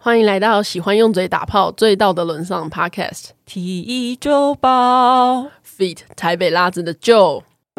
欢迎来到喜欢用嘴打炮、醉道的沦丧 Podcast T1周报 Feat 台北拉子的 Joe。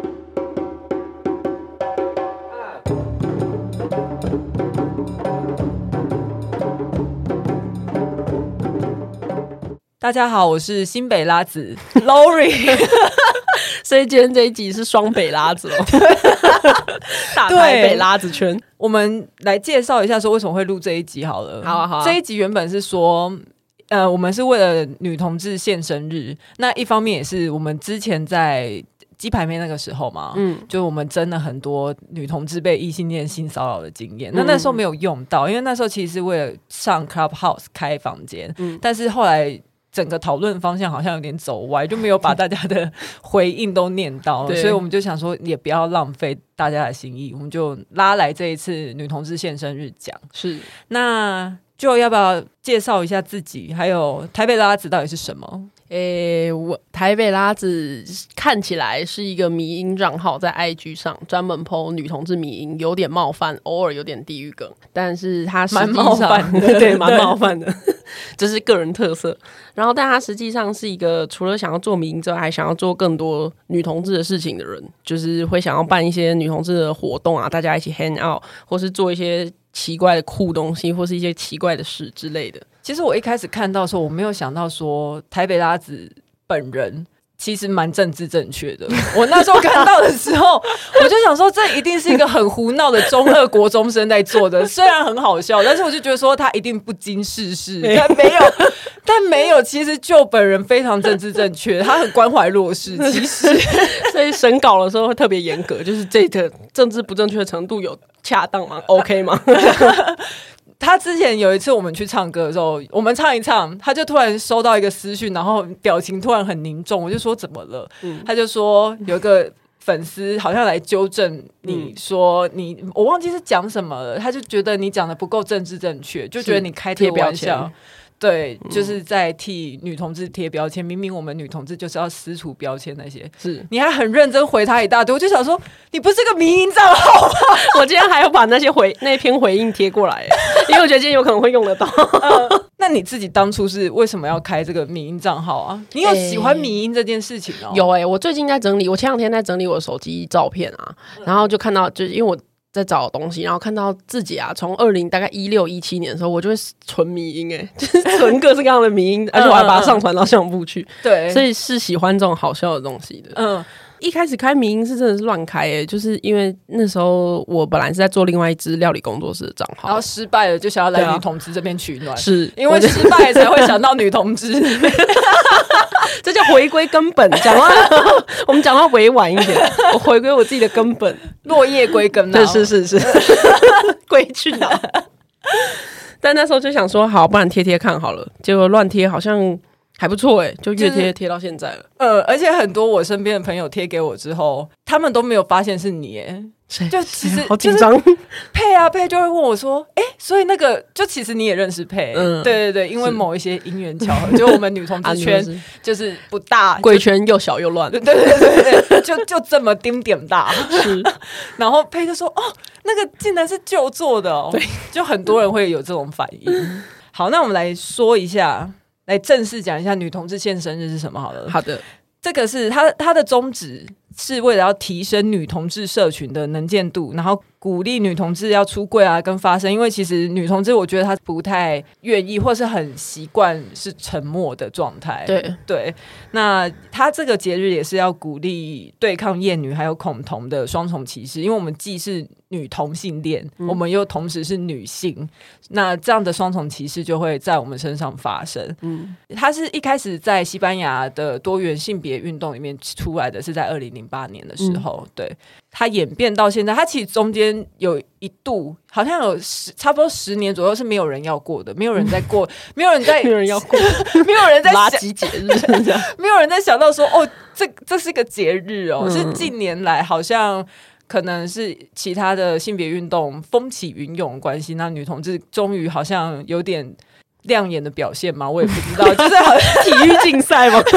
大家好，我是新北拉子 Lori 所以今天这一集是双北拉子哦，大台北拉子圈。 我们来介绍一下说为什么会录这一集好了。 好啊好啊。 这一集原本是说我们是为了女同志献生日，那一方面也是我们之前在鸡排妹那个时候嘛，就我们真的很多女同志被异性恋性骚扰的经验，那时候没有用到，因为那时候其实是为了上 Clubhouse 开房间，但是后来整个讨论方向好像有点走歪，就没有把大家的回应都念到所以我们就想说也不要浪费大家的心意，我们就拉来这一次女同志献生日奖。 是， 那就要不要介绍一下自己，还有台北拉子到底是什么？ 我台北拉子看起来是一个迷因账号，在 IG 上专门 po 女同志迷因，有点冒犯，偶尔有点地狱梗，但是它实际上蛮冒犯的对，蛮冒犯的这是个人特色。然后但它实际上是一个除了想要做迷因之外还想要做更多女同志的事情的人，就是会想要办一些女同志的活动啊，大家一起 hang out， 或是做一些奇怪的酷东西，或是一些奇怪的事之类的。 其实我一开始看到的时候，我没有想到说台北拉子本人其实蛮政治正确的。我那时候看到的时候，我就想说，这一定是一个很胡闹的中二国中生在做的，虽然很好笑，但是我就觉得说他一定不经世事，但没有，其实就本人非常政治正确，他很关怀弱势。其实， 所以审稿的时候会特别严格，就是这个政治不正确的程度有恰当吗 ？OK 吗？ 他之前有一次我们去唱歌的时候，我们唱一唱，他就突然收到一个私讯，然后表情突然很凝重，我就说怎么了？他就说有一个粉丝好像来纠正你说我忘记是讲什么了，他就觉得你讲的不够政治正确，就觉得你开这个玩笑。对，就是在替女同志贴标签，明明我们女同志就是要撕除标签那些，是你还很认真回他一大堆，我就想说你不是个迷因账号吗？ 我今天还要把那篇回应贴过来，因为我觉得今天有可能会用得到。 那你自己当初是为什么要开这个迷因账号啊？你有喜欢迷因这件事情哦？ 有我最近在整理，我前两天在整理我的手机照片啊，然后就看到，就是因为我在找东西，然后看到自己啊，从大概16、17年的时候，我就会存迷因就是存各式各样的迷因，而且我还把它上传到相簿去。对，所以是喜欢这种好笑的东西的。一开始开迷因是真的是乱开就是因为那时候我本来是在做另外一支料理工作室的账号， 然后失败了就想要来女同志这边取暖， 是因为失败才会想到女同志。 这叫回归根本。我们讲话委婉一点，我回归我自己的根本， 落叶归根啊。 是归去哪？但那时候就想说，好，不然贴贴看好了。结果乱贴好像还不错就越贴到现在了。 而且很多我身边的朋友贴给我之后，他们都没有发现是你就其实好紧张。 佩就会问我说所以那个就其实你也认识佩。对，因为某一些因缘巧合，就我们女同志圈就是不大， 贵圈又小又乱。 对，就这么丁点大。是，然后佩就说那个竟然是就做的对，就很多人会有这种反应。好，那我们来说一下，来正式讲一下女同志献生日是什么好了。 好的， 这个是它的宗旨是为了要提升女同志社群的能见度，然后鼓励女同志要出柜啊跟发声，因为其实女同志我觉得她不太愿意或是很习惯是沉默的状态。对，那她这个节日也是要鼓励对抗厌女还有恐同的双重歧视，因为我们既是女同性恋，我们又同时是女性，那这样的双重歧视就会在我们身上发生。它是一开始在西班牙的多元性别运动里面出来的，是在2008年的时候。对，它演变到现在，它其实中间有一度好像有差不多10年左右是没有人要过的，没有人在过，没有人要过，没有人在垃圾节日这样， 没有人在想到说这是个节日是近年来好像可能是其他的性别运动风起云涌的关系，那女同志终于好像有点亮眼的表现嘛，我也不知道，就是好像体育竞赛嘛。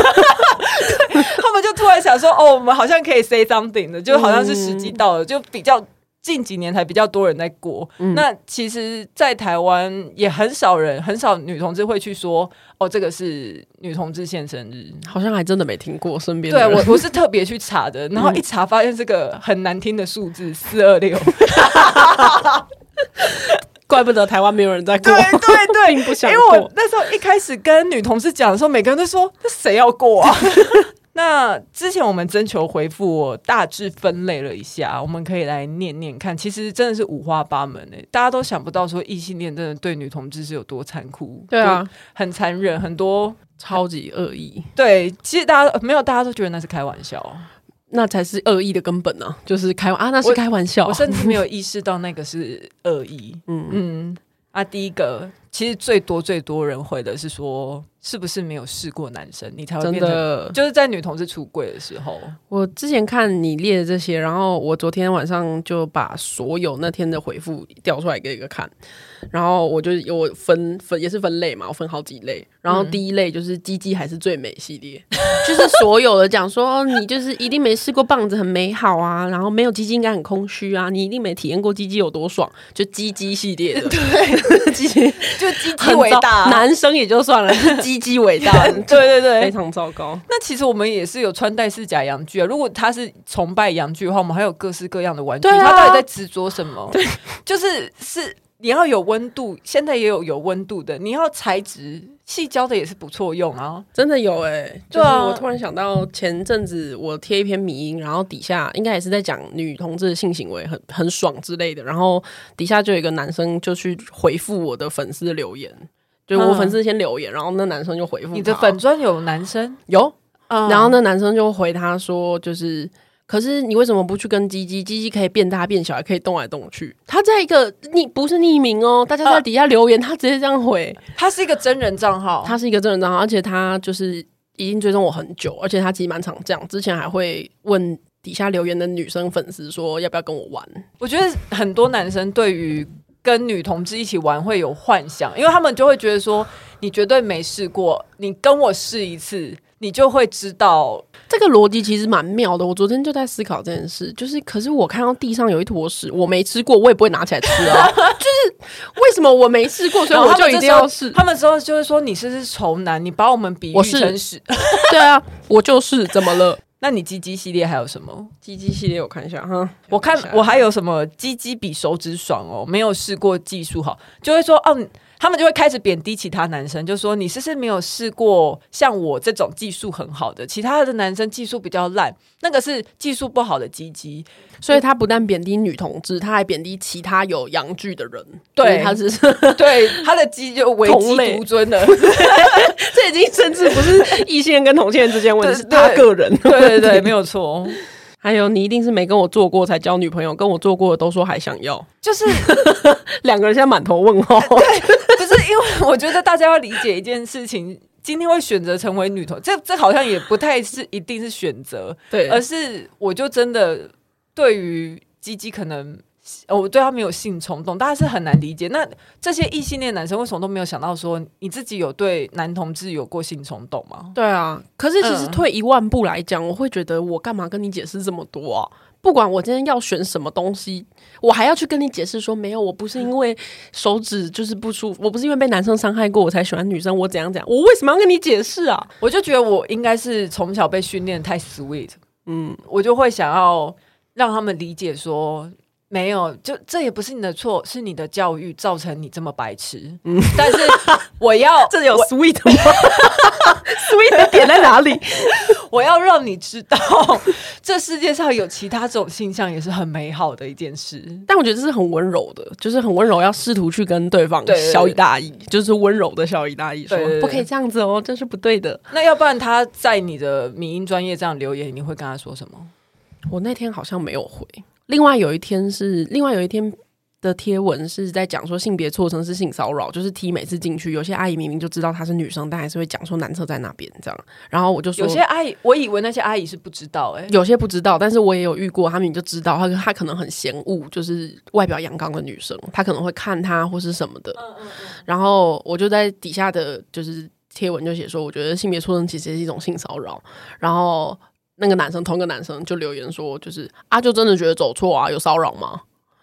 他们就突然想说我们好像可以 say something 的，就好像是时机到了，就比较近几年才比较多人在过。那其实，在台湾也很少女同志会去说这个是女同志现生日， 好像还真的没听过身边的人。 对，我是特别去查的，然后一查发现这个很难听的数字426。 怪不得台湾没有人在过， 对， 并不想过。 因为我那时候一开始跟女同事讲的时候，每个人都说这谁要过啊？那之前我们征求回复，我大致分类了一下，我们可以来念念看。其实真的是五花八门大家都想不到说异性恋真的对女同志是有多残酷， 对啊， 很残忍，很多超级恶意。 对，其实大家都觉得那是开玩笑。 那才是恶意的根本啊！就是那是开玩笑。 我甚至没有意识到那个是恶意。第一个其实最多人回的是说，是不是没有试过男生，你才会变成就是在女同志出柜的时候。 我之前看你列的这些，然后我昨天晚上就把所有那天的回复调出来一个一个看，然后我就有分也是分类嘛，我分好几类。然后第一类就是鸡鸡还是最美系列，就是所有的讲说你就是一定没试过棒子很美好啊，然后没有鸡鸡应该很空虚啊，你一定没体验过鸡鸡有多爽，就鸡鸡系列的。 对，鸡鸡就鸡鸡伟大， 男生也就算了，是鸡鸡伟大。 对， 非常糟糕。 那其实我们也是有穿戴式假阳具啊。如果他是崇拜阳具的话，我们还有各式各样的玩具。他到底在执着什么？对，就是你要有温度，现在也有温度的，你要材质细胶的也是不错用啊， 真的有就是我突然想到前阵子我贴一篇迷因，然后底下应该也是在讲女同志的性行为很爽之类的，然后底下就有一个男生就去回复我的粉丝的留言，就我粉丝先留言，然后那男生就回复他。 你的粉专有男生有，然后那男生就回他说就是可是你为什么不去跟鸡鸡可以变大变小，也可以动来动去？他在一个不是匿名大家在底下留言，他直接这样回。 他是一个真人账号， 他是一个真人账号，而且他就是已经追踪我很久，而且他其实蛮常这样。之前还会问底下留言的女生粉丝说要不要跟我玩。 我觉得很多男生对于跟女同志一起玩会有幻想，因为他们就会觉得说你绝对没试过，你跟我试一次你就会知道。 这个逻辑其实蛮妙的，我昨天就在思考这件事，就是可是我看到地上有一坨屎，我没吃过，我也不会拿起来吃啊。就是为什么我没试过，所以我就一定要试。 他们说就是说你是丑男，你把我们比喻成屎。 对啊，我就是怎么了？ 那你鸡鸡系列还有什么？ 鸡鸡系列我看一下哈， 我还有什么鸡鸡比手指爽没有试过技术好，就会说他们就会开始贬低其他男生，就说你是不是没有试过像我这种技术很好的，其他的男生技术比较烂，那个是技术不好的鸡鸡。 所以他不但贬低女同志，他还贬低其他有阳具的人。 对， 他是对他的鸡就唯鸡独尊的。 这已经甚至不是异性恋跟同性恋之间问题，是他个人。 对，没有错。 还有你一定是没跟我做过才交女朋友，跟我做过的都说还想要， 就是两个人现在满头问号。 对，不是因为我觉得大家要理解一件事情，今天会选择成为女同，这好像也不太是一定是选择，对，而是我就真的对于鸡鸡可能我对他没有性冲动，大家是很难理解。那这些异性恋男生为什么都没有想到说你自己有对男同志有过性冲动吗？ 对啊，可是其实退一万步来讲，我会觉得我干嘛跟你解释这么多啊？不管我今天要选什么东西，我还要去跟你解释说没有，我不是因为手指就是不舒服，我不是因为被男生伤害过我才喜欢女生，我怎样怎样，我为什么要跟你解释啊？ 我就觉得我应该是从小被训练太 sweet，我就会想要让他们理解说没有，就这也不是你的错，是你的教育造成你这么白痴。但是我要这有 sweet 吗？sweet 的点在哪里？ 我要让你知道，这世界上有其他种性向也是很美好的一件事。 但我觉得这是很温柔的，就是很温柔，要试图去跟对方小以大义，就是温柔的小以大义，说不可以这样子哦，这是不对的。 那要不然他在你的迷因专页这样留言，你会跟他说什么？ 我那天好像没有回。另外有一天的贴文是在讲说性别错称是性骚扰，就是 T 每次进去，有些阿姨明明就知道她是女生，但还是会讲说男厕在那边这样。然后我就说， 有些阿姨，我以为那些阿姨是不知道有些不知道，但是我也有遇过，他们就知道她可能很嫌恶，就是外表阳刚的女生，她可能会看她或是什么的。然后我就在底下的就是贴文就写说，我觉得性别错称其实是一种性骚扰。然后那个男生，同一个男生就留言说，就是就真的觉得走错啊，有骚扰吗？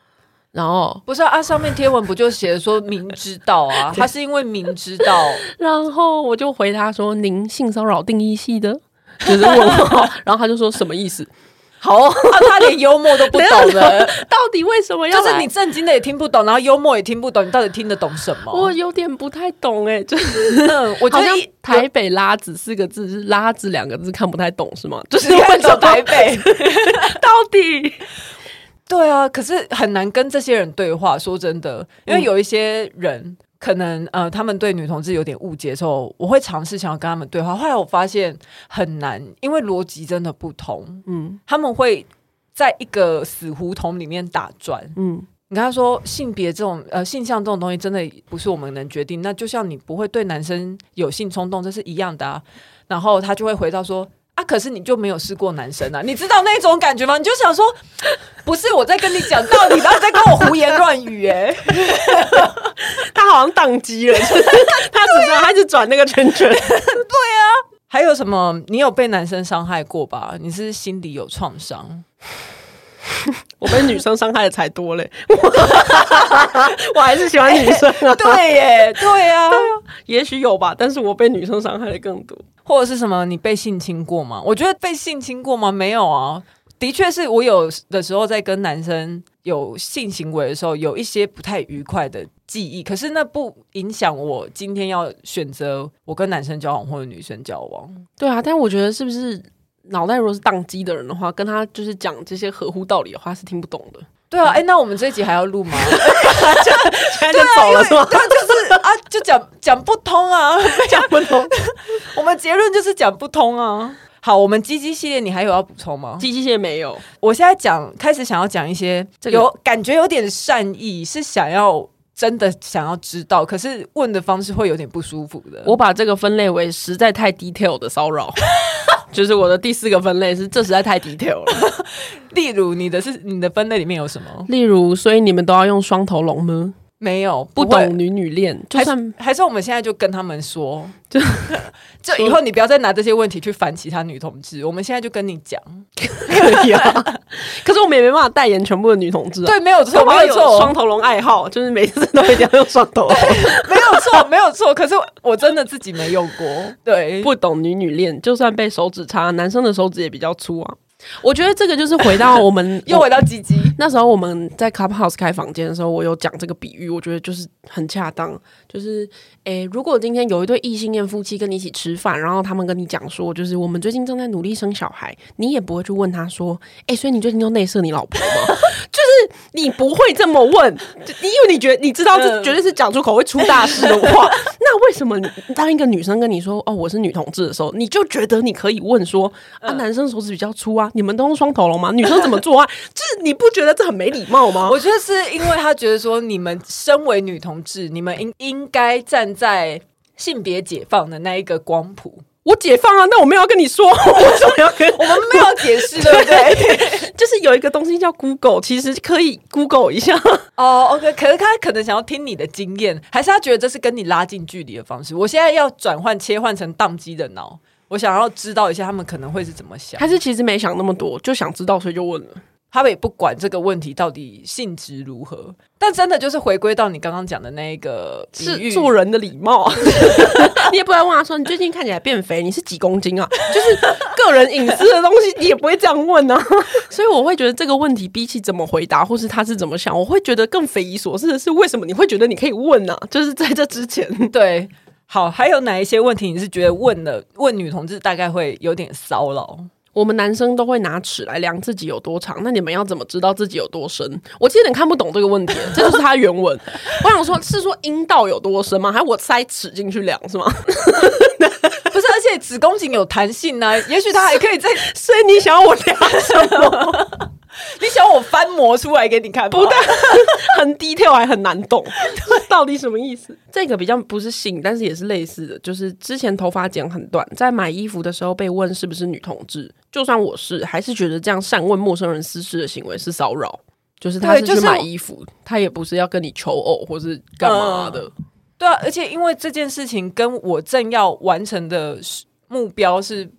然后不是啊，上面贴文不就写说明知道啊？他是因为明知道， 然后我就回他说：“您性骚扰定义系的，就是问号。”然后他就说：“什么意思？”好、哦他连幽默都不懂的， 到底为什么要来？ 就是你正经的也听不懂，然后幽默也听不懂，你到底听得懂什么？ 我有点不太懂就是我觉得台北拉子4个字是拉子2个字看不太懂是吗？就是看到台北到底。 对啊，可是很难跟这些人对话。说真的，因为有一些人可能他们对女同志有点误解的时候，我会尝试想要跟他们对话。后来我发现很难，因为逻辑真的不同。他们会在一个死胡同里面打转。你跟他说性别这种性向这种东西真的不是我们能决定，那就像你不会对男生有性冲动，这是一样的啊。然后他就会回到说。啊！可是你就没有试过男生啊？你知道那种感觉吗？你就想说，不是我在跟你讲道理，然后你在跟我胡言乱语他好像宕机了，就是他只知道他一直转那个圈圈。对啊，还有什么？你有被男生伤害过吧？你是心里有创伤？ 我被女生伤害的才多嘞，我还是喜欢女生啊。 对耶，对啊， 也许有吧，但是我被女生伤害的更多。 或者是什么？你被性侵过吗？我觉得被性侵过吗？没有啊。的确是我有的时候在跟男生有性行为的时候，有一些不太愉快的记忆，可是那不影响我今天要选择我跟男生交往或者女生交往。对啊，但我觉得是不是脑袋如果是宕机的人的话，跟他就是讲这些合乎道理的话是听不懂的。 对啊，那我们这一集还要录吗？ 现在就走了是吗？ 对，就是啊，就讲不通啊， 讲不通。 我们结论就是讲不通啊。好，我们鸡鸡系列你还有要补充吗？ 鸡鸡系列没有。 我现在开始想要讲一些感觉有点善意，是真的想要知道，可是问的方式会有点不舒服的。 我把这个分类为实在太 detail 的骚扰。就是我的第4个分类是这实在太 detail 了。 例如你的分类里面有什么？ 例如，所以你们都要用双头龙吗？ 没有， 不懂女恋，就算还是我们现在就跟他们说，就以后你不要再拿这些问题去烦其他女同志，我们现在就跟你讲， 可以啊。可是我们也没办法代言全部的女同志啊。 对，没有错，没有错。 双头龙爱好就是每次都一定要用双头龙， 没有错，没有错。可是我真的自己没用过，对， 不懂女恋，就算被手指插，男生的手指也比较粗啊。我觉得这个就是回到我们又回到鸡鸡。 那时候我们在 Clubhouse 开房间的时候，我有讲这个比喻，我觉得就是很恰当。就是如果今天有一对异性恋夫妻跟你一起吃饭，然后他们跟你讲说，就是我们最近正在努力生小孩，你也不会去问他说，所以你最近就内射你老婆吗？就是你不会这么问，因为你知道这绝对是讲出口会出大事的话。那为什么当一个女生跟你说我是女同志的时候，你就觉得你可以问说男生手指比较粗啊，你们都用双头龙吗？女生怎么做啊？就是你不觉得这很没礼貌吗？ 我觉得是因为他觉得说，你们身为女同志，你们应该站在性别解放的那一个光谱。 我解放啊，那我没有要跟你说，我怎么要跟我们没有解释，对不对？ 就是有一个东西叫 Google， 其实可以 Google 一下。 OK， 可是他可能想要听你的经验，还是他觉得这是跟你拉近距离的方式？我现在要切换成宕机的脑，我想要知道一下他们可能会是怎么想， 还是其实没想那么多，就想知道所以就问了。 他们也不管这个问题到底性质如何，但真的就是回归到你刚刚讲的那一个是做人的礼貌。你也不会问他说你最近看起来变肥，你是几公斤啊？就是个人隐私的东西，你也不会这样问啊。所以我会觉得这个问题比起怎么回答，或是他是怎么想，我会觉得更匪夷所思的是，为什么你会觉得你可以问啊？就是在这之前， 对。好，还有哪一些问题你是觉得问女同志大概会有点骚扰？ 我们男生都会拿尺来量自己有多长，那你们要怎么知道自己有多深？我其实有点看不懂这个问题，这就是他原文。我想说，是说阴道有多深吗？还是我塞尺进去量是吗？ 不是，而且子宫颈有弹性啊，也许他还可以再…… 所以你想要我量什么？ 你想我翻模出来给你看吗？ 不但很detail还很难懂，到底什么意思？这个比较不是性，但是也是类似的，就是之前头发剪很短，在买衣服的时候被问是不是女同志，就算我是，还是觉得这样擅问陌生人私事的行为是骚扰。就是他是去买衣服，他也不是要跟你求偶或是干嘛的。 对啊，而且因为这件事情跟我正要完成的目标是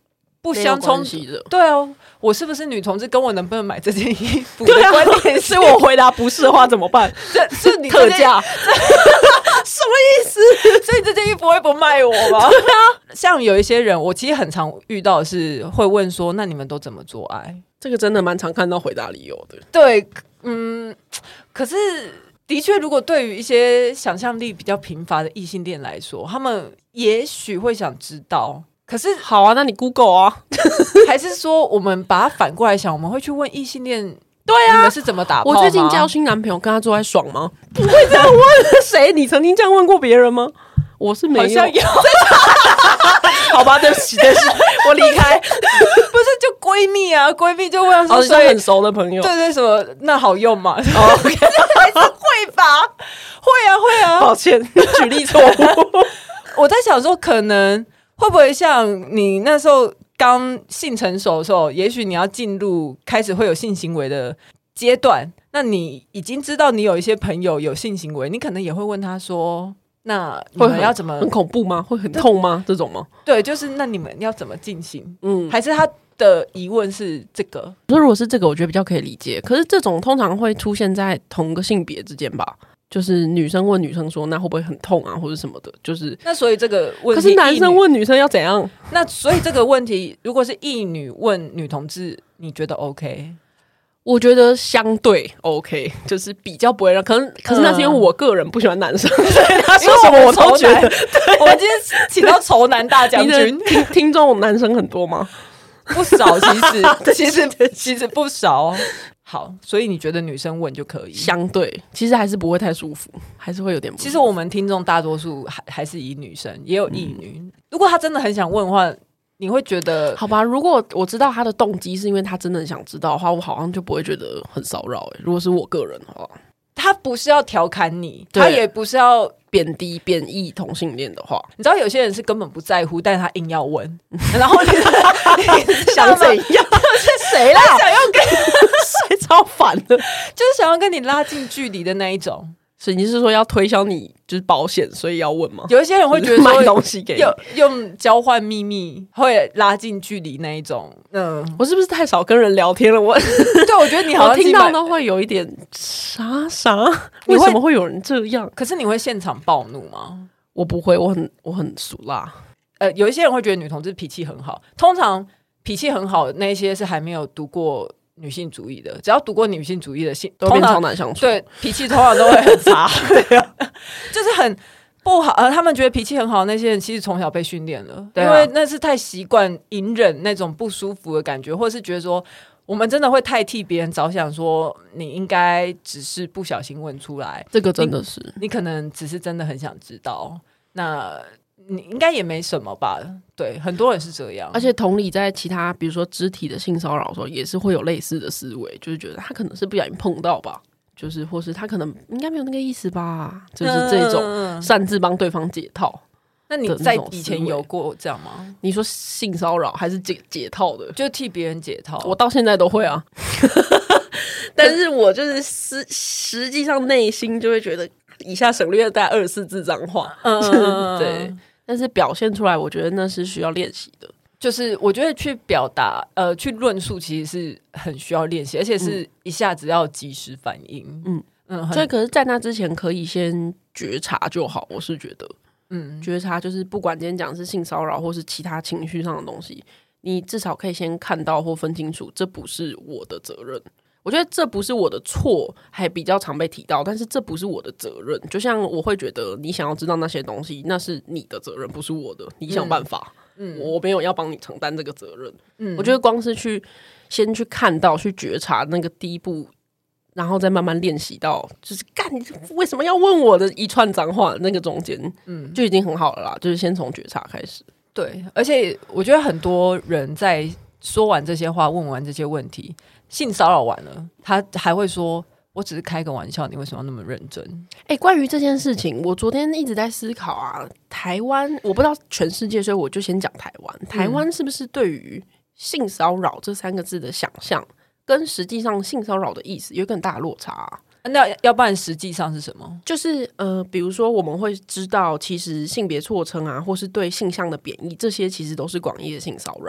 不相冲突的。 对啊，我是不是女同志跟我能不能买这件衣服的观点是我回答不是的话怎么办？ 这你特价什么意思？所以这件衣服会不卖我吗？对啊，像有一些人，我其实很常遇到的是会问说，那你们都怎么做爱？ 这个真的蛮常看到回答理由的。 对，可是的确，如果对于一些想象力比较贫乏的异性恋来说，他们也许会想知道。可是好啊，那你 Google 啊， 还是说我们把它反过来想，我们会去问异性恋， 对啊， 你们是怎么打炮吗？ 我最近交新男朋友，跟他做爱爽吗？不会这样问谁？你曾经这样问过别人吗？我是没有， 好像有。 好吧，对不起，对不起，我离开。 不是就闺蜜啊，闺蜜就问说， 所以很熟的朋友， 对对，什么那好用吗？OK， 还是会吧？会啊。 抱歉，举例错误。 我在想说，可能会不会像你那时候刚性成熟的时候，也许你要进入开始会有性行为的阶段，那你已经知道你有一些朋友有性行为，你可能也会问他说，那你们要怎么？ 很恐怖吗？会很痛吗？这种吗？ 对，就是那你们要怎么进行？还是他的疑问是这个？ 如果是这个，我觉得比较可以理解。可是这种通常会出现在同个性别之间吧？就是女生问女生说，那会不会很痛啊，或者什么的？就是那所以这个问题， 可是男生问女生要怎样？ 那所以这个问题，如果是异女问女同志，你觉得 OK？ 我觉得相对 OK， 就是比较不会让，可是那是因为我个人不喜欢男生，所以他说什么我都觉得。 我们今天请到仇男大将军， 听众男生很多吗？ 不少，其实不少。好，所以你觉得女生问就可以？ 相对，其实还是不会太舒服，还是会有点不舒服。 其实我们听众大多数还是以女生，也有异女。如果他真的很想问的话，你会觉得好吧？如果我知道他的动机是因为他真的很想知道的话，我好像就不会觉得很骚扰。如果是我个人的话， 他不是要调侃你，他也不是要贬低贬义同性恋的话， 你知道有些人是根本不在乎，但是他硬要问，然后你想怎样？ 是谁啦？想要跟谁超烦的， 就是想要跟你拉近距离的那一种。 所以你是说要推销你就是保险，所以要问吗？ 有一些人会觉得说卖东西给你用交换秘密会拉近距离那一种。 我是不是太少跟人聊天了？ 对，我觉得你好像听到都会有一点啥？为什么会有人这样？ 可是你会现场暴怒吗？ 我不会，我很俗辣。 有一些人会觉得女同志脾气很好，通常脾气很好的那些是还没有读过女性主义的，只要读过女性主义的都变超难相处。 对，脾气通常都会很差。对啊，就是很不好。他们觉得脾气很好的那些人，其实从小被训练了，因为那是太习惯隐忍那种不舒服的感觉，或者是觉得说我们真的会太替别人着想，说你应该只是不小心问出来， 这个真的是你可能只是真的很想知道，那你应该也没什么吧？对，很多人是这样。 而且同理，在其他比如说肢体的性骚扰的时候，也是会有类似的思维，就是觉得他可能是不小心碰到吧，就是或是他可能应该没有那个意思吧，就是这种擅自帮对方解套。 那你在以前有过这样吗？ 你说性骚扰还是解套的？ 就替别人解套， 我到现在都会啊。但是我就是实际上内心就会觉得，以下省略大概24字脏话。对。但是表现出来，我觉得那是需要练习的。 就是我觉得去表达去论述其实是很需要练习，而且是一下子要及时反应。 所以可是在那之前可以先觉察就好，我是觉得觉察就是不管今天讲是性骚扰或是其他情绪上的东西，你至少可以先看到或分清楚，这不是我的责任。我觉得这不是我的错，还比较常被提到，但是这不是我的责任。就像我会觉得你想要知道那些东西，那是你的责任，不是我的，你想办法。我没有要帮你承担这个责任。我觉得光是先去看到、去觉察那个第一步，然后再慢慢练习到，就是干你为什么要问我的一串脏话，那个中间，就已经很好了啦。就是先从觉察开始。 对，而且我觉得很多人在说完这些话、问完这些问题、性骚扰完了，他还会说：“我只是开个玩笑，你为什么要那么认真？” 关于这件事情，我昨天一直在思考啊。台湾我不知道全世界，所以我就先讲台湾。台湾是不是对于性骚扰这3个字的想象，跟实际上性骚扰的意思有更大的落差啊？ 那要不然实际上是什么？ 就是比如说我们会知道，其实性别错称啊，或是对性向的贬义，这些其实都是广义的性骚扰。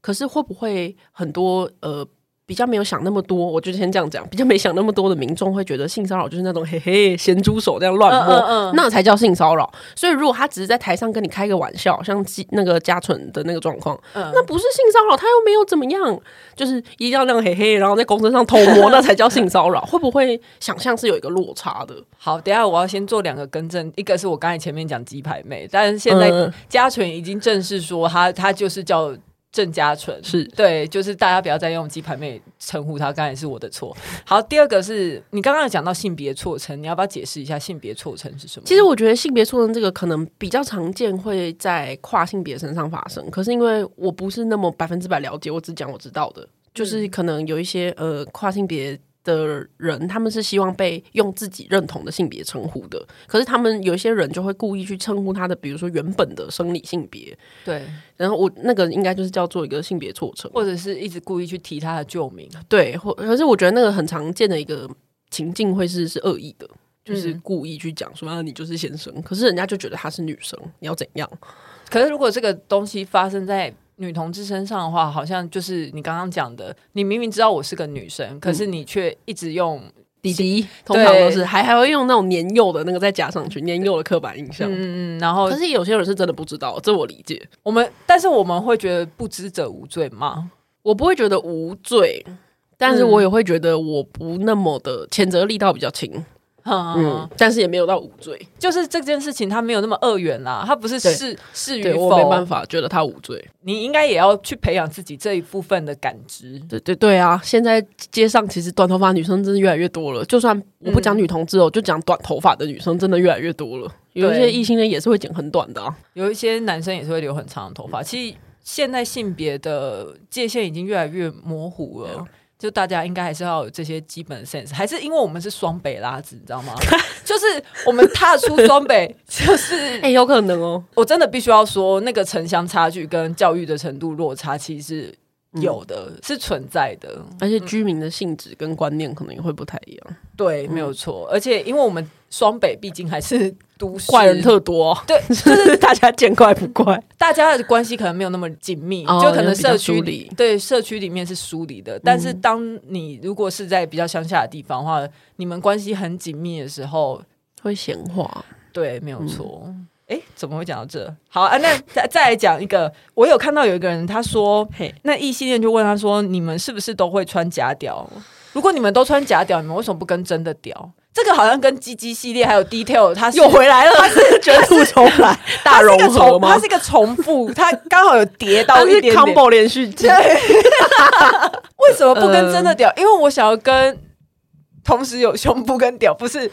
可是会不会很多比较没有想那么多，我就先这样讲，比较没想那么多的民众会觉得性骚扰就是那种嘿嘿咸猪手这样乱摸，那才叫性骚扰。所以如果他只是在台上跟你开个玩笑，像那个嘉纯的那个状况，那不是性骚扰，他又没有怎么样，就是一定要那样嘿嘿，然后在公车上偷摸，那才叫性骚扰。会不会想象是有一个落差的？ 好，等一下我要先做2个更正，一个是我刚才前面讲鸡排妹，但是现在嘉纯已经正式说他就是叫郑嘉纯， 是对，就是大家不要再用鸡排妹称呼他，刚才是我的错。好，第2个是你刚刚有讲到性别错称，你要不要解释一下性别错称是什么？ 其实我觉得性别错称这个可能比较常见，会在跨性别身上发生。可是因为我不是那么100%了解，我只讲我知道的，就是可能有一些跨性别的人，他们是希望被用自己认同的性别称呼的，可是他们有一些人就会故意去称呼他的，比如说原本的生理性别， 对， 然后我那个应该就是叫做一个性别错称， 或者是一直故意去提他的旧名， 对，可是我觉得那个很常见的一个情境会是恶意的，就是故意去讲说你就是先生，可是人家就觉得她是女生，你要怎样？ 可是如果这个东西发生在女同志身上的话，好像就是你刚刚讲的，你明明知道我是个女生，可是你却一直用弟弟，通常都是还会用那种年幼的那个再加上去，年幼的刻板印象。然后可是有些人是真的不知道，这我理解。 但是我们会觉得不知者无罪吗？ 我不会觉得无罪，但是我也会觉得我不那么的谴责力道比较轻。但是也没有到无罪， 就是这件事情它没有那么2元啦，它不是是与否， 我没办法觉得他无罪。 你应该也要去培养自己这一部分的感知。 对啊！现在街上其实短头发女生真的越来越多了，就算我不讲女同志就讲短头发的女生真的越来越多了。有一些异性恋也是会剪很短的有一些男生也是会留很长的头发。其实现在性别的界限已经越来越模糊了。就大家应该还是要有这些基本的 sense， 还是因为我们是双北拉子，你知道吗？就是我们踏出双北，就是有可能我真的必须要说，那个城乡差距跟教育的程度落差，其实是有的，是存在的， 而且居民的性质跟观念可能也会不太一样。 对，没有错。而且因为我们双北毕竟还是都市， 怪人特多， 对，就是大家见怪不怪， 大家的关系可能没有那么紧密，就可能社区里对社区里面是疏离的。但是当你如果是在比较乡下的地方的话，你们关系很紧密的时候， 会闲话。 对，没有错。怎么会讲到这？好啊，那再来讲一个，我有看到有一个人他说，那异性恋就问他说，你们是不是都会穿假屌？如果你们都穿假屌，你们为什么不跟真的屌？这个好像跟鸡鸡系列还有 detail， 它又回来了，它是卷土重来，大融合吗？ 它是一个重复，它刚好有叠到一点点， 它是 combo 连续剧。 为什么不跟真的屌？因为我想要跟同时有胸部跟屌，不是。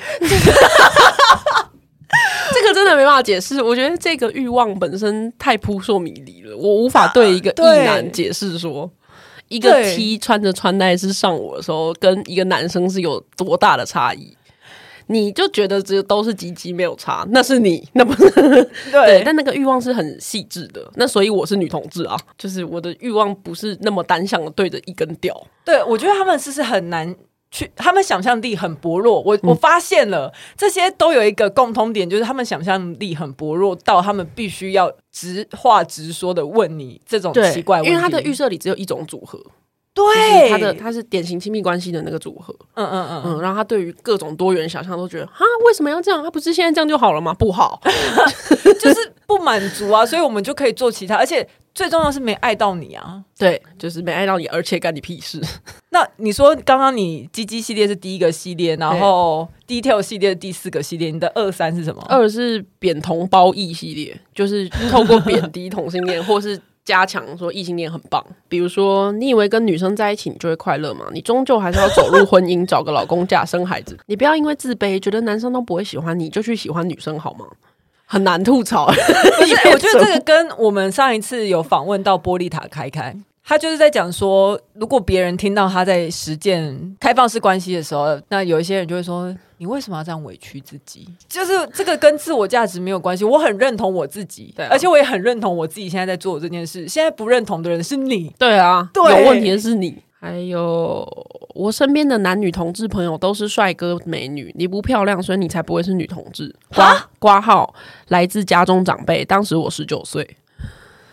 这个真的没办法解释，我觉得这个欲望本身太扑朔迷离了，我无法对一个异男解释说，一个 T 穿着穿戴是上我的时候，跟一个男生是有多大的差异。你就觉得这都是鸡鸡没有差，那是你，那不是 对，但那个欲望是很细致的。那所以我是女同志啊，就是我的欲望不是那么单向的对着一根屌。 对，我觉得他们是很难去，他们想象力很薄弱。我发现了，这些都有一个共通点，就是他们想象力很薄弱到他们必须要直话直说的问你这种奇怪问题， 因为他的预设里只有一种组合。 对， 他是典型亲密关系的那个组合，然后他对于各种多元想象都觉得，哈，为什么要这样？他不是现在这样就好了吗？不好， 就是不满足啊，所以我们就可以做其他，而且最重要是没爱到你啊， 对，就是没爱到你，而且干你屁事。 那你说刚刚你鸡鸡系列是第1个系列，然后 detail 系列是第4个系列，你的2、3是什么 ？2是贬同褒义系列，就是透过贬低同性恋，或是加强说异性恋很棒，比如说你以为跟女生在一起你就会快乐吗？你终究还是要走入婚姻，找个老公嫁生孩子。你不要因为自卑觉得男生都不会喜欢你，就去喜欢女生好吗？很难吐槽。不是，我觉得这个跟我们上一次有访问到波丽塔开开，他就是在讲说，如果别人听到他在实践开放式关系的时候，那有一些人就会说，你为什么要这样委屈自己？就是这个跟自我价值没有关系。我很认同我自己，而且我也很认同我自己现在在做这件事。现在不认同的人是你， 对啊，有问题的是你。还有我身边的男女同志朋友都是帅哥美女，你不漂亮，所以你才不会是女同志。挂号来自家中长辈，当时我19岁。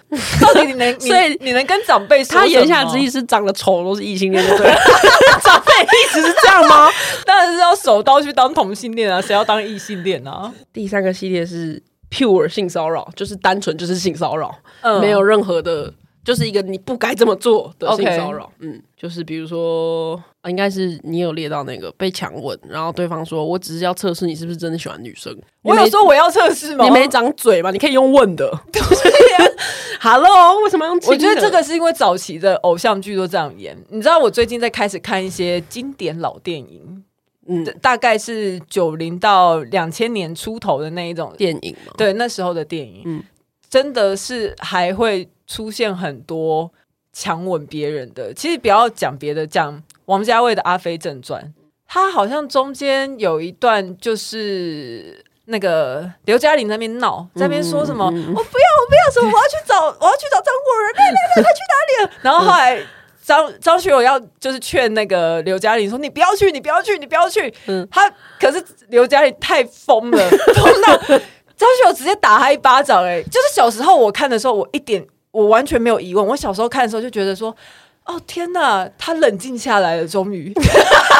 到底你能， 所以你能跟长辈说什么？ 他言下之意是长得丑都是异性恋，对不对？长辈的意思是这样吗？ 当然是要手刀去当同性恋啊，谁要当异性恋啊？ 第3个系列是 pure 性骚扰，就是单纯就是性骚扰，没有任何的。就是一个你不该这么做的性骚扰，就是比如说，应该是你有列到那个被强吻，然后对方说我只是要测试你是不是真的喜欢女生。 我有说我要测试吗？ 你没长嘴吗？你可以用问的。对呀，Hello， 为什么用亲的？ 我觉得这个是因为早期的偶像剧都这样演。你知道我最近在开始看一些经典老电影，大概是90到2000年出头的那一种电影嘛， 对，那时候的电影，真的是还会出现很多强吻别人的。其实不要讲别的，讲王家卫的《阿飞正传》，他好像中间有一段就是那个刘嘉玲在那边闹，在那边说什么我不要什么，我要去找张国荣，他去哪里了？然后后来张学友要就是劝那个刘嘉玲说你不要去，他可是刘嘉玲太疯了，疯到张学友直接打他一巴掌。就是小时候我看的时候，我完全没有疑问。我小时候看的时候就觉得说，哦天哪，他冷静下来了，终于。这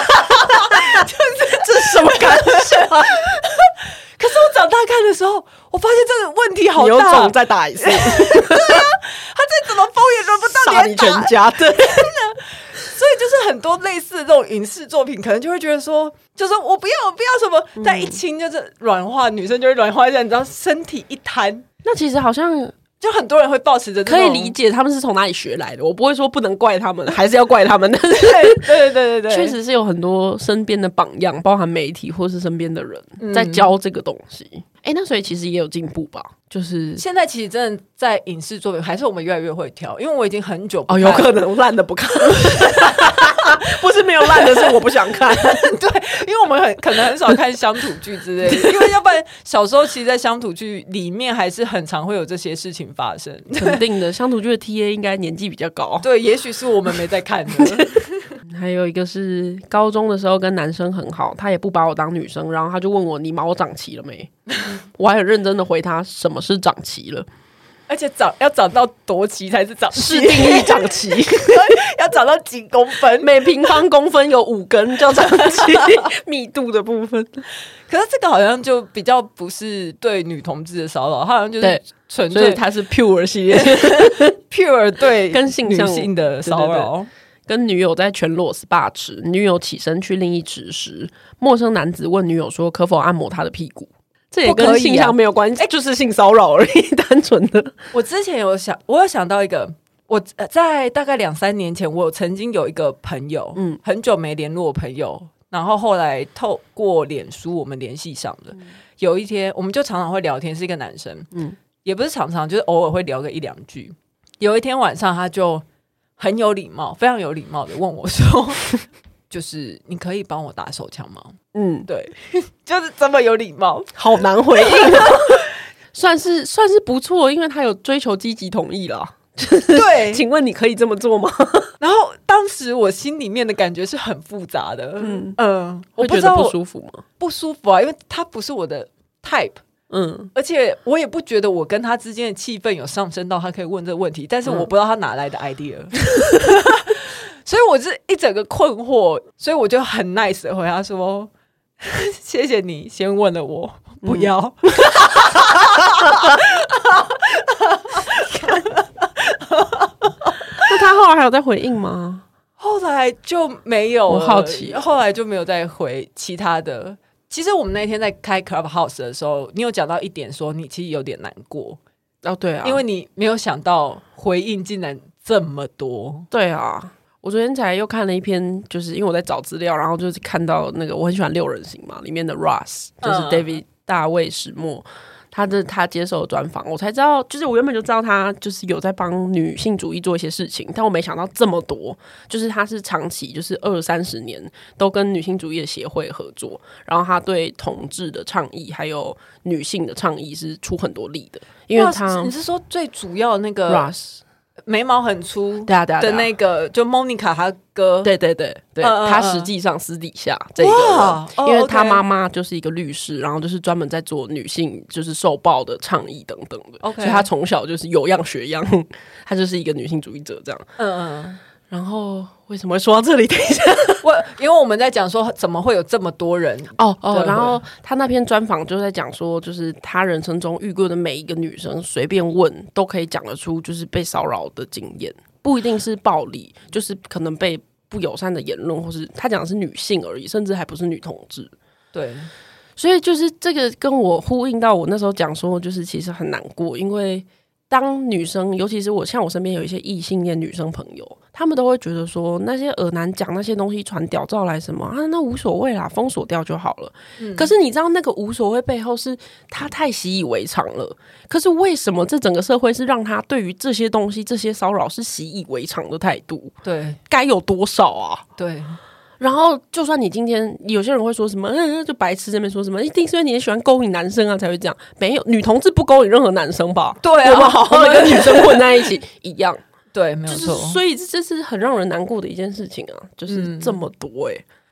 是什么感觉啊？可是我长大看的时候，我发现这个问题好大。 你有种再打一次。对啊， 他再怎么疯也轮不到杀你全家。对。 所以就是很多类似的这种影视作品，可能就会觉得说，就是我不要什么，但一亲就是软化，女生就会软化一下，你知道，身体一摊。 那其实好像就很多人会抱持着可以理解他们是从哪里学来的，我不会说不能怪他们，还是要怪他们。但是对， 确实是有很多身边的榜样，包含媒体或是身边的人在教这个东西。那所以其实也有进步吧？就是现在其实真的在影视作品，还是我们越来越会挑，因为我已经很久不看有可能烂的不看。不是没有烂的，是我不想看。 对，因为我们可能很少看乡土剧之类的，因为要不然小时候其实在乡土剧里面还是很常会有这些事情发生。 肯定的，乡土剧的 TA 应该年纪比较高。 对，也许是我们没在看的。 还有一个是高中的时候跟男生很好，他也不把我当女生，然后他就问我你毛长齐了没？我还很认真的回他什么是长齐了， 而且要长到多齐才是长齐？ 是定义长齐。 要长到几公分？ 每平方公分有5根叫长齐。密度的部分。 可是这个好像就比较不是对女同志的骚扰，好像就是纯粹它是 pure 系列。 pure 对跟性向女性的骚扰。 对，跟女友在全裸 SPA 池，女友起身去另一池时，陌生男子问女友说可否按摩他的屁股。这也跟性向没有关系，就是性骚扰而已，单纯的。 我之前我有想到一个，我在大概2-3年前，我曾经有一个朋友，很久没联络的朋友，然后后来透过脸书我们联系上了。有一天，我们就常常会聊天，是一个男生，也不是常常，就是偶尔会聊个1-2句。有一天晚上，他就很有礼貌，非常有礼貌的问我说。就是你可以帮我打手枪吗？对，就是这么有礼貌， 好难回应。算是不错，因为他有追求积极同意啦。 对， 请问你可以这么做吗？ 然后当时我心里面的感觉是很复杂的，我不知道会觉得不舒服吗？ 不舒服啊，因为他不是我的 type，而且我也不觉得我跟他之间的气氛有上升到他可以问这个问题，但是我不知道他哪来的 idea。所以我是一整个困惑，所以我就很 nice 的回答说谢谢你先问了我，不要。 那他后来还有在回应吗？ 后来就没有了， 我好奇后来就没有再回其他的。其实我们那天在开 Clubhouse 的时候，你有讲到一点说你其实有点难过。 对啊， 因为你没有想到回应竟然这么多。 对啊，我昨天才又看了一篇，就是因为我在找资料，然后就是看到那个我很喜欢6人行嘛，里面的 Ross 就是 David 大卫史默，他接受的专访，我才知道，就是我原本就知道他就是有在帮女性主义做一些事情，但我没想到这么多，就是他是长期就是20-30年都跟女性主义的协会合作，然后他对同志的倡议还有女性的倡议是出很多力的，因为他你是说最主要的那个 Ross 眉毛很粗对啊对啊的那个，就 Monica 她哥， 对，他实际上私底下这个人，因为他妈妈就是一个律师，然后就是专门在做女性就是受暴的倡议等等的，所以他从小就是有样学样，他就是一个女性主义者这样。然后为什么会说到这里？等一下， 因为我们在讲说怎么会有这么多人然后他那篇专访就在讲说，就是他人生中遇过的每一个女生，随便问都可以讲得出就是被骚扰的经验，不一定是暴力，就是可能被不友善的言论，或是他讲的是女性而已，甚至还不是女同志。 对， 所以就是这个跟我呼应到我那时候讲说，就是其实很难过，因为当女生，尤其是像我身边有一些异性恋女生朋友，他们都会觉得说那些耳男讲那些东西传屌照来什么啊，那无所谓啦，封锁掉就好了。可是你知道那个无所谓背后是他太习以为常了。可是为什么这整个社会是让他对于这些东西、这些骚扰是习以为常的态度？ 对， 该有多少啊？ 对。 然后，就算你今天有些人会说什么，就白痴这边说什么，一定是因为你喜欢勾引男生啊才会这样。没有，女同志不勾引任何男生吧？ 对啊， 我们好好的跟女生混在一起一样。 对，没有错。 所以这是很让人难过的一件事情啊，就是这么多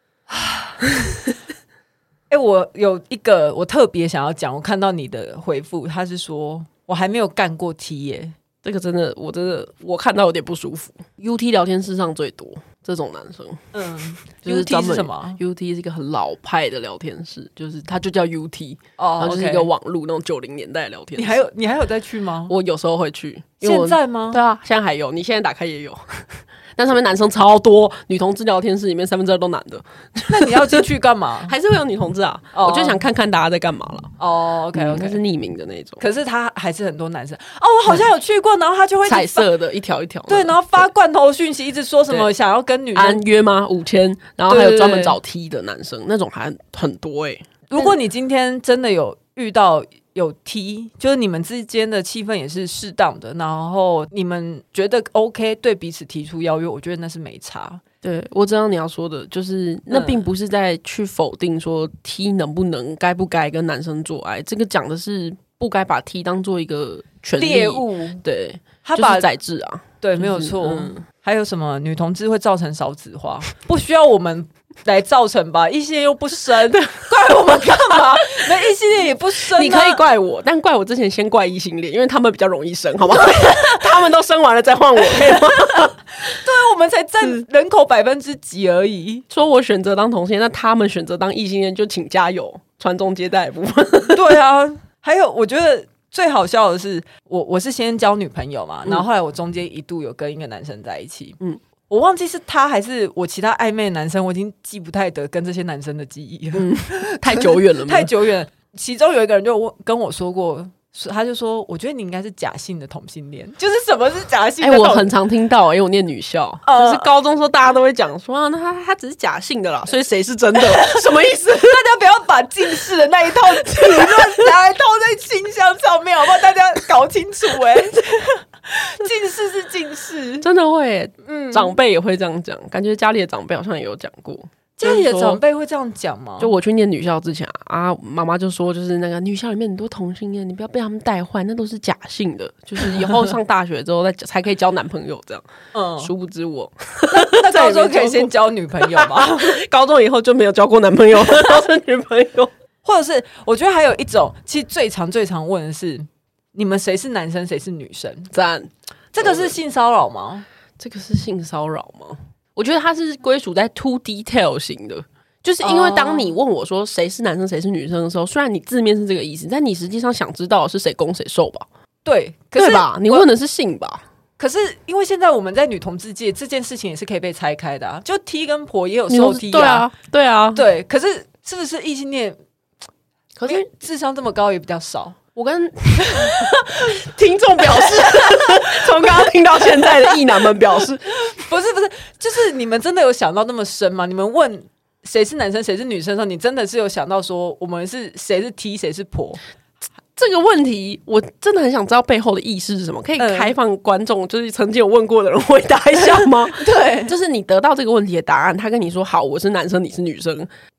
我有一个我特别想要讲，我看到你的回复，他是说我还没有干过 T 耶。 这个真的我看到有点不舒服。UT 聊天室上最多这种男生，就是 UT 是什么 ？UT 是一个很老派的聊天室，就是它就叫 UT，然后就是一 ，OK 个网路那种90年代的聊天室。 你还有再去吗？ 我有时候会去，因为现在吗？ 对啊，现在还有，你现在打开也有。但上面男生超多，女同志聊天室里面2/3都男的。 那你要进去干嘛？ 还是会有女同志啊？我就想看看大家在干嘛了。 OK， 那是匿名的那种。 可是他还是很多男生我好像有去过，然后他就会彩色的一条一条， 对，然后发罐头讯息，一直说什么想要跟女生约吗？5000，然后还有专门找 T 的男生，那种还很多如果你今天真的有遇到有 T， 就是你们之间的气氛也是适当的，然后你们觉得 OK， 对彼此提出邀约，我觉得那是没差。 对，我知道你要说的，就是那并不是在去否定说 T 能不能、该不该跟男生做爱，这个讲的是不该把 T 当做一个权利猎物。 对， 他把就是宰制啊， 对，没有错。还有什么女同志会造成少子化？不需要我们来造成吧？异性恋又不生，怪我们干嘛？那异性恋也不生你可以怪我，但怪我之前先怪异性恋，因为他们比较容易生，好吗？他们都生完了再换我，可以吗？ 对，我们才占人口几%而已。 说我选择当同性恋，那他们选择当异性恋，就请加油，传宗接代的部分。 对啊，还有我觉得最好笑的是，我是先交女朋友嘛，然后后来我中间一度有跟一个男生在一起，我忘记是他还是我其他暧昧的男生，我已经记不太得跟这些男生的记忆了， 太久远了吗？ 太久远了。其中有一个人就跟我说过，他就说，我觉得你应该是假性的同性恋。就是什么是假性的？ 我很常听到，因为我念女校，就是高中时候大家都会讲说啊，那他只是假性的啦，所以谁是真的？什么意思？ 大家不要把近视的那一套理论拿来套在性向上面，好不好？大家搞清楚近视是近视， 真的会长辈也会这样讲，感觉家里的长辈好像也有讲过。 家里的长辈会这样讲吗？ 就我去念女校之前妈妈就说，就是那个女校里面很多同性恋，你不要被他们带坏，那都是假性的，就是以后上大学之后才可以交男朋友这样。殊不知我那高中可以先交女朋友吗？ 高中以后就没有交过男朋友，都是女朋友。 或者是我觉得还有一种，其实最常问的是，你们谁是男生谁是女生？ 赞， 这个是性骚扰吗？ 这个是性骚扰吗？我觉得它是归属在 too detail 型的，就是因为当你问我说谁是男生谁是女生的时候，虽然你字面是这个意思，但你实际上想知道的是谁攻谁受吧？ 对， 对吧？你问的是性吧？ 可是因为现在我们在女同志界，这件事情也是可以被拆开的就 T 跟婆也有受 T 对。可是是不是异性恋？可是智商这么高也比较少。 我跟听众表示，从刚刚听到现在的异男们表示， 不是，就是你们真的有想到那么深吗？你们问谁是男生谁是女生的时候，你真的是有想到说我们是谁是 T 谁是婆？ 这个问题我真的很想知道背后的意思是什么，可以开放观众就是曾经有问过的人回答一下吗？ 对， 就是你得到这个问题的答案，他跟你说好我是男生你是女生，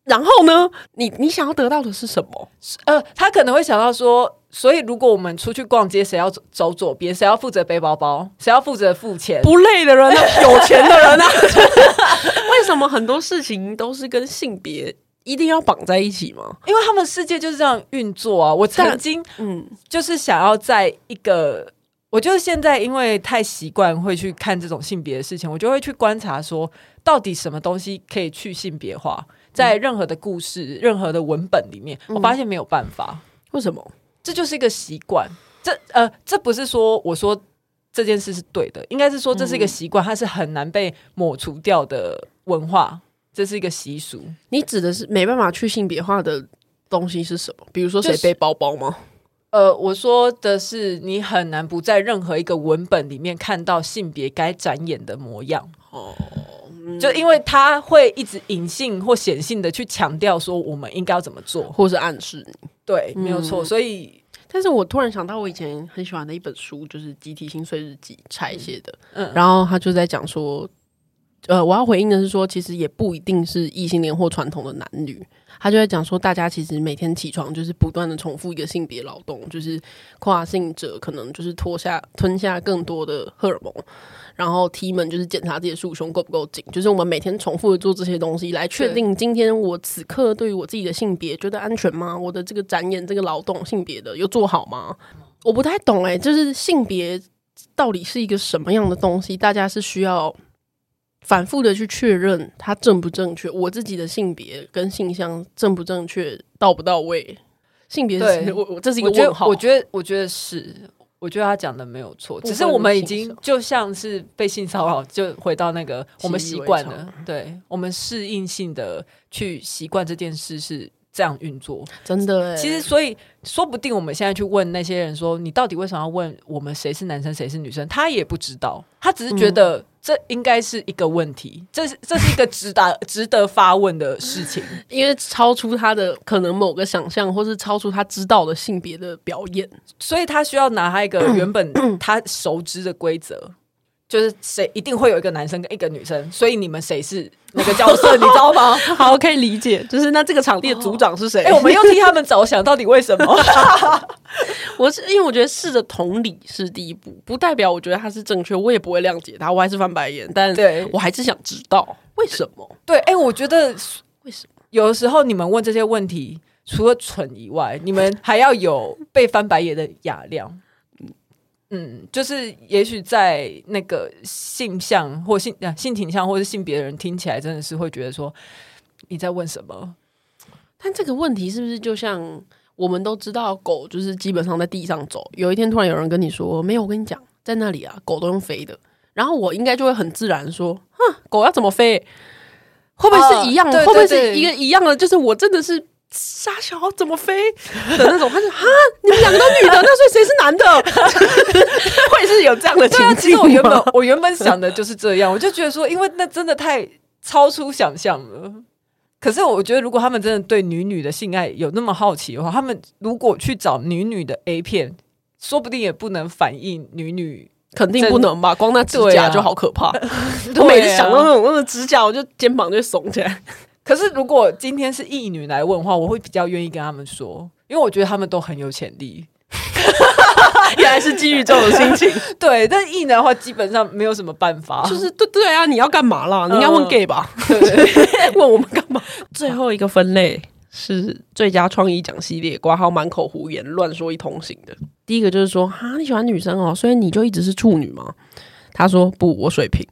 然后呢，你想要得到的是什么？ 他可能会想到说，所以如果我们出去逛街，谁要走左边，谁要负责背包包，谁要负责付钱？ 不累的人啊，有钱的人啊。为什么很多事情都是跟性别一定要绑在一起吗？ 因为他们世界就是这样运作啊。我曾经就是想要在一个，我就是现在因为太习惯会去看这种性别的事情，我就会去观察说，到底什么东西可以去性别化。在任何的故事、任何的文本里面，我发现没有办法。 为什么？ 这就是一个习惯。这不是说我说这件事是对的，应该是说这是一个习惯，它是很难被抹除掉的文化，这是一个习俗。 你指的是没办法去性别化的东西是什么？比如说谁背包包吗？ 我说的是你很难不在任何一个文本里面看到性别该展演的模样。就因为他会一直隐性或显性的去强调说我们应该要怎么做， 或是暗示你。 对，没有错。所以， 但是我突然想到，我以前很喜欢的一本书，就是《集体心碎日记》柴写的。然后他就在讲说，我要回应的是说，其实也不一定是异性恋或传统的男女。他就在讲说，大家其实每天起床就是不断的重复一个性别劳动，就是跨性者可能就是吞下更多的荷尔蒙，然后 T 们就是检查自己的束胸够不够紧，就是我们每天重复的做这些东西，来确定今天我此刻对于我自己的性别觉得安全吗？我的这个展演这个劳动性别的有做好吗？我不太懂就是性别到底是一个什么样的东西？大家是需要反复的去确认它正不正确，我自己的性别跟性向正不正确，到不到位？性别是我这是一个问号。 我觉得是，我觉得他讲的没有错，只是我们已经就像是被性骚扰，就回到那个我们习惯了，对，我们适应性的去习惯这件事是这样运作， 真的其实所以说不定我们现在去问那些人说，你到底为什么要问我们谁是男生谁是女生？他也不知道，他只是觉得这应该是一个问题，这是一个值得发问的事情， 因为超出他的可能某个想象，或是超出他知道的性别的表演， 所以他需要拿他一个原本他熟知的规则。就是谁一定会有一个男生跟一个女生，所以你们谁是那个角色，你知道吗？ 好，可以理解。就是那这个场地的组长是谁？ 我们又替他们着想，到底为什么？ 因为我觉得试着同理是第一步，不代表我觉得他是正确，我也不会谅解他，我还是翻白眼，但我还是想知道为什么。 对，我觉得为什么有的时候你们问这些问题，除了蠢以外，你们还要有被翻白眼的雅量。就是也许在那个性向或性倾向或是性别的人听起来真的是会觉得说你在问什么， 但这个问题是不是就像我们都知道狗就是基本上在地上走，有一天突然有人跟你说没有，我跟你讲在那里啊狗都用飞的，然后我应该就会很自然说狗要怎么飞，会不会是一样的？会不会是一个一样的？就是我真的是傻小怎么飞的那种，他就你们两个都女的，那所以谁是男的？会是有这样的情境吗？ 其实我原本想的就是这样，我就觉得说，因为那真的太超出想象了。可是我觉得，如果他们真的对女的性爱有那么好奇的话，他们如果去找女的 A 片，说不定也不能反映女。 肯定不能吧，光那指甲就好可怕。我每次想到那种指甲，我就肩膀就耸起来。 可是如果今天是异女来问的话，我会比较愿意跟他们说，因为我觉得他们都很有潜力。 原来是基于这种心情。 对，但异男的话基本上没有什么办法， 就是对啊，你要干嘛啦？你应该问 gay 吧？对，问我们干嘛？最后一个分类是最佳创意奖系列，括号满口胡言乱说一通型的。第一个就是说你喜欢女生哦，所以你就一直是处女吗？他说不，我水瓶。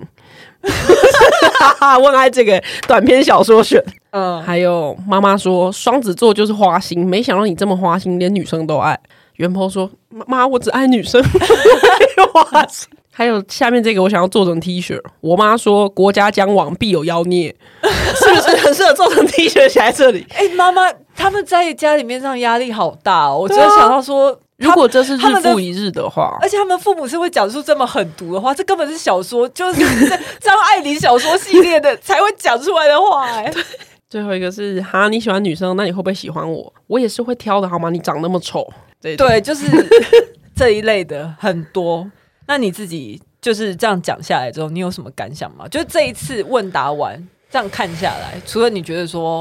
问爱这个短篇小说选。还有妈妈说双子座就是花心，没想到你这么花心，连女生都爱。袁婆说妈，我只爱女生。花心。还有下面这个我想要做成 T 恤，我妈说国家将亡必有妖孽。是不是很适合做成 T 恤写在这里？ 妈妈他们在家里面上压力好大哦，我只有想到说如果这是日复一日的话， 而且他们父母是会讲出这么狠毒的话，这根本是小说，就是张爱玲小说系列的才会讲出来的话。 最后一个是你喜欢女生，那你会不会喜欢我？我也是会挑的好吗？你长那么丑。 对，就是这一类的很多。那你自己就是这样讲下来之后，你有什么感想吗？就是这一次问答完这样看下来，除了你觉得说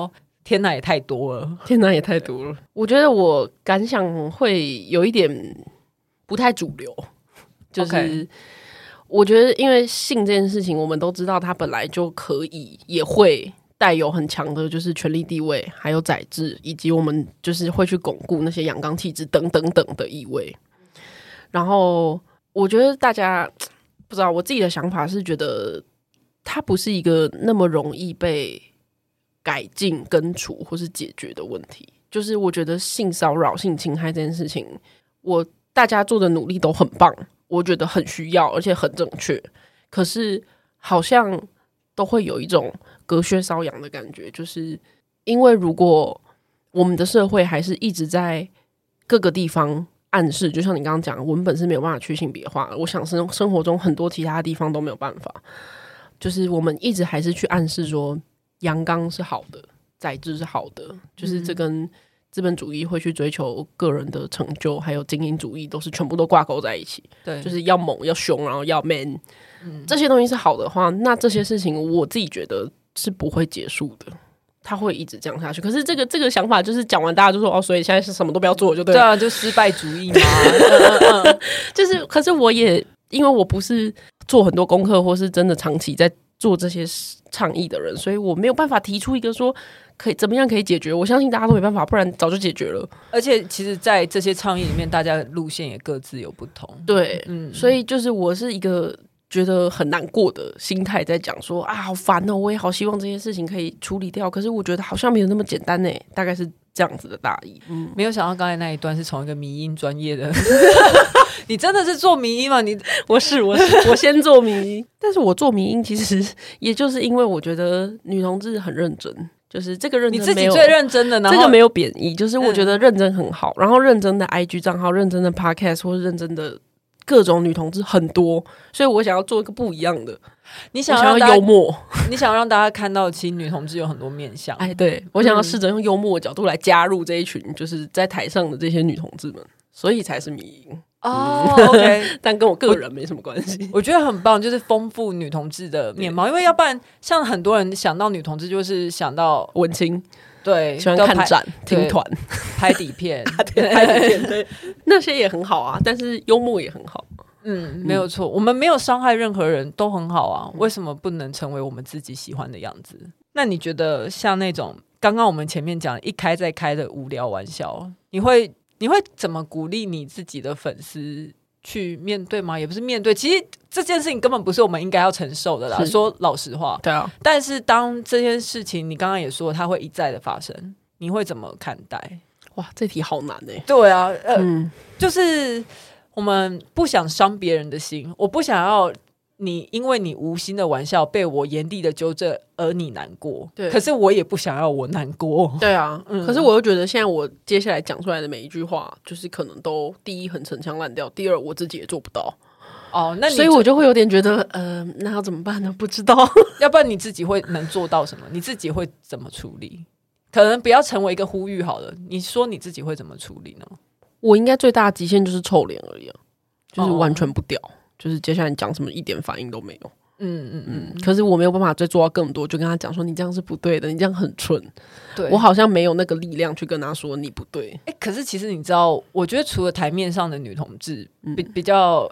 天哪也太多了， 天哪也太多了。我觉得我感想会有一点不太主流，就是我觉得因为性这件事情我们都知道它本来就可以也会带有很强的就是权力地位还有宰制，以及我们就是会去巩固那些阳刚气质等等等的意味。然后我觉得大家不知道，我自己的想法是觉得它不是一个那么容易被改进根除或是解决的问题。就是我觉得性骚扰性侵害这件事情，大家做的努力都很棒，我觉得很需要而且很正确，可是好像都会有一种隔靴搔痒的感觉。就是因为如果我们的社会还是一直在各个地方暗示，就像你刚刚讲文本是没有办法去性别化的，我想生活中很多其他地方都没有办法，就是我们一直还是去暗示说阳刚是好的，宰制是好的，就是这跟资本主义会去追求个人的成就还有精英主义都是全部都挂钩在一起。对，就是要猛要凶然后要 man，这些东西是好的话，那这些事情我自己觉得是不会结束的，它会一直这样下去。可是这个想法就是讲完大家就说所以现在是什么都不要做就对了。 对啊，就失败主义嘛。 就是可是我也因为我不是做很多功课或是真的长期在做这些倡议的人，所以我没有办法提出一个说可以怎么样可以解决。我相信大家都没办法，不然早就解决了。 而且其实在这些倡议里面大家的路线也各自有不同。 对，所以就是我是一个觉得很难过的心态在讲说好烦哦，我也好希望这些事情可以处理掉，可是我觉得好像没有那么简单耶，大概是这样子的大意。 没有想到刚才那一段是从一个迷因专业的你真的是做迷因吗？ 我先做迷因，但是我做迷因其实也就是因为我觉得女同志很认真，就是这个认真你自己最认真的， 这个没有贬义，就是我觉得认真很好，然后认真的 IG 账号、认真的 Podcast 或是认真的各种女同志很多，所以我想要做一个不一样的。 你想要幽默， 你想要让大家看到其实女同志有很多面向。 对，我想要试着用幽默的角度来加入这一群就是在台上的这些女同志们，所以才是迷因。 OK 但跟我个人没什么关系。 我觉得很棒，就是丰富女同志的面貌，因为要不然像很多人想到女同志就是想到文青， 对， 喜欢看展、听团、 拍底片， 拍底片，对，那些也很好啊，但是幽默也很好。 没有错，我们没有伤害任何人都很好啊，为什么不能成为我们自己喜欢的样子？那你觉得像那种刚刚我们前面讲一开再开的无聊玩笑，你会怎么鼓励你自己的粉丝去面对吗？也不是面对，其实这件事情根本不是我们应该要承受的啦，说老实话。 对啊， 但是当这件事情你刚刚也说它会一再的发生，你会怎么看待？ 哇，这题好难欸。 对啊，就是我们不想伤别人的心，我不想要你因为你无心的玩笑被我严厉的纠正而你难过，对，可是我也不想要我难过。 对啊，可是我又觉得现在我接下来讲出来的每一句话就是可能都第一很陈腔滥调，第二我自己也做不到。那所以我就会有点觉得那要怎么办呢？不知道。 要不然你自己会能做到什么？你自己会怎么处理？可能不要成为一个呼吁好了，你说你自己会怎么处理呢？ 我应该最大的极限就是臭脸而已啊，就是完全不屌，就是接下来你讲什么一点反应都没有。可是我没有办法再做到更多，就跟他讲说你这样是不对的，你这样很蠢。对，我好像没有那个力量去跟他说你不对。 可是其实你知道，我觉得除了台面上的女同志比较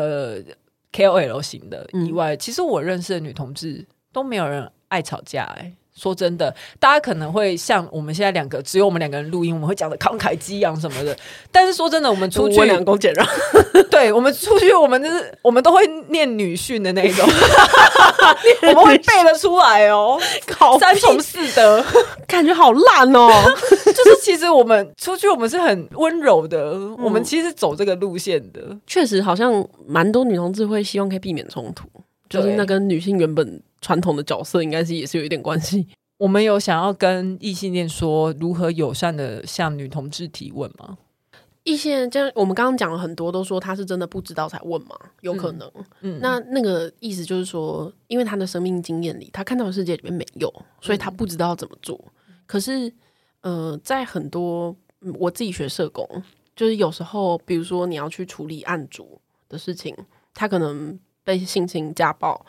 KOL 型的以外，其实我认识的女同志都没有人爱吵架。说真的，大家可能会像我们现在只有我们两个人录音，我们会讲的慷慨激昂什么的。但是说真的，我们出去两公俭让， 对，我们出去，我们都会念女训的那种，我们会背得出来哦，三从四德， 感觉好烂哦。 就是其实我们出去，我们是很温柔的，我们其实走这个路线的。 确实，好像蛮多女同志会希望可以避免冲突，就是那跟女性原本传统的角色应该也是有一点关系。 我们有想要跟异性恋说如何友善的向女同志提问吗？ 异性恋，我们刚刚讲了很多，都说他是真的不知道才问嘛，有可能。那个意思就是说，因为他的生命经验里，他看到的世界里面没有，所以他不知道怎么做。可是，在很多我自己学社工，就是有时候，比如说你要去处理案主的事情，他可能被性侵、家暴。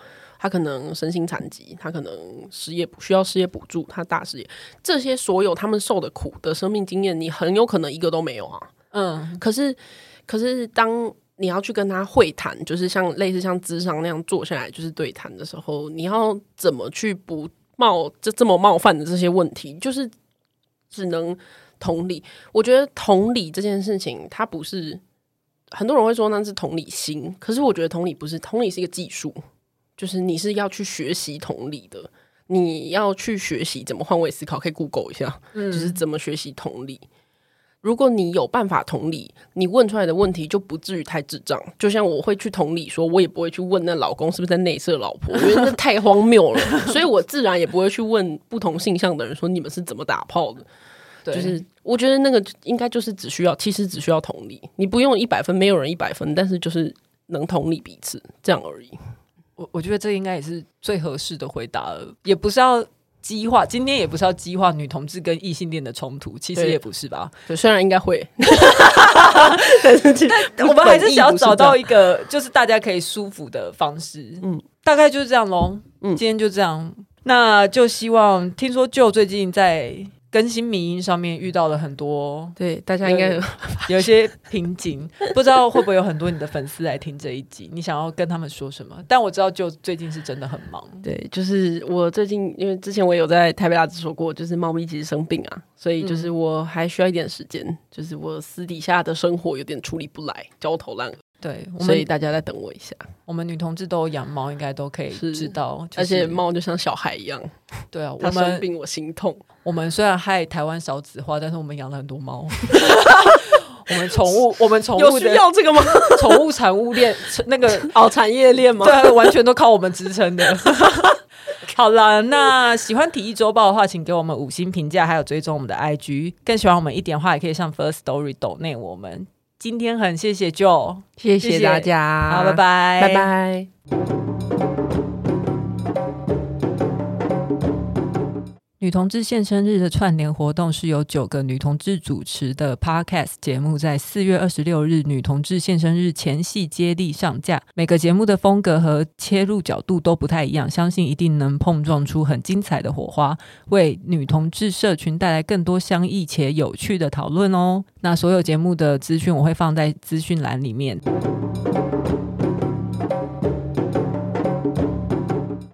他可能身心残疾，他可能需要失业补助，他大失业，这些所有他们受的苦的生命经验，你很有可能一个都没有啊。可是当你要去跟他会谈，就是类似像諮商那样坐下来就是对谈的时候，你要怎么去不这么冒犯的这些问题，就是只能同理。我觉得同理这件事情，它不是很多人会说那是同理心，可是我觉得同理不是，同理是一个技术，就是你是要去学习同理的，你要去学习怎么换位思考，可以 Google 一下，就是怎么学习同理。如果你有办法同理，你问出来的问题就不至于太智障。就像我会去同理说，我也不会去问那老公是不是在内射老婆，因为那太荒谬了。所以我自然也不会去问不同性向的人说你们是怎么打炮的。就是我觉得那个应该就是其实只需要同理，你不用100分，没有人100分，但是就是能同理彼此这样而已。 我觉得这应该也是最合适的回答了，也不是要激化，今天也不是要激化女同志跟异性恋的冲突，其实也不是吧？ 对，虽然应该会， 但我们还是想要找到一个就是大家可以舒服的方式。大概就是这样咯。今天就这样，那就希望听说就最近在更新迷因上面遇到了很多， 对大家应该有一些瓶颈，不知道会不会有很多你的粉丝来听这一集，你想要跟他们说什么？但我知道就最近是真的很忙。 对，就是我最近因为之前我也有在台北大直说过，就是猫咪其实生病啊，所以就是我还需要一点时间，就是我私底下的生活有点处理不来，焦头烂额。 对， 所以大家再等我一下。我们女同志都有养猫，应该都可以知道， 而且猫就像小孩一样。 对啊， 它生病我心痛。 我们虽然害台湾少子化，但是我们养了很多猫。我们宠物有需要这个吗？ 宠物产物链那个产业链吗？ 对，完全都靠我们支撑的。好了，那喜欢体育周报的话，请给我们5星评价，还有追踪我们的 IG。更喜欢我们一点的话，也可以上 First Story 抖内我们。今天很谢谢 Joe， 谢谢大家， 好，拜拜， 拜拜。 女同志现身日的串联活动是由9个女同志主持的 Podcast 节目，在4月26日女同志现身日前夕接力上架。每个节目的风格和切入角度都不太一样，相信一定能碰撞出很精彩的火花，为女同志社群带来更多相异且有趣的讨论哦。那所有节目的资讯我会放在资讯栏里面。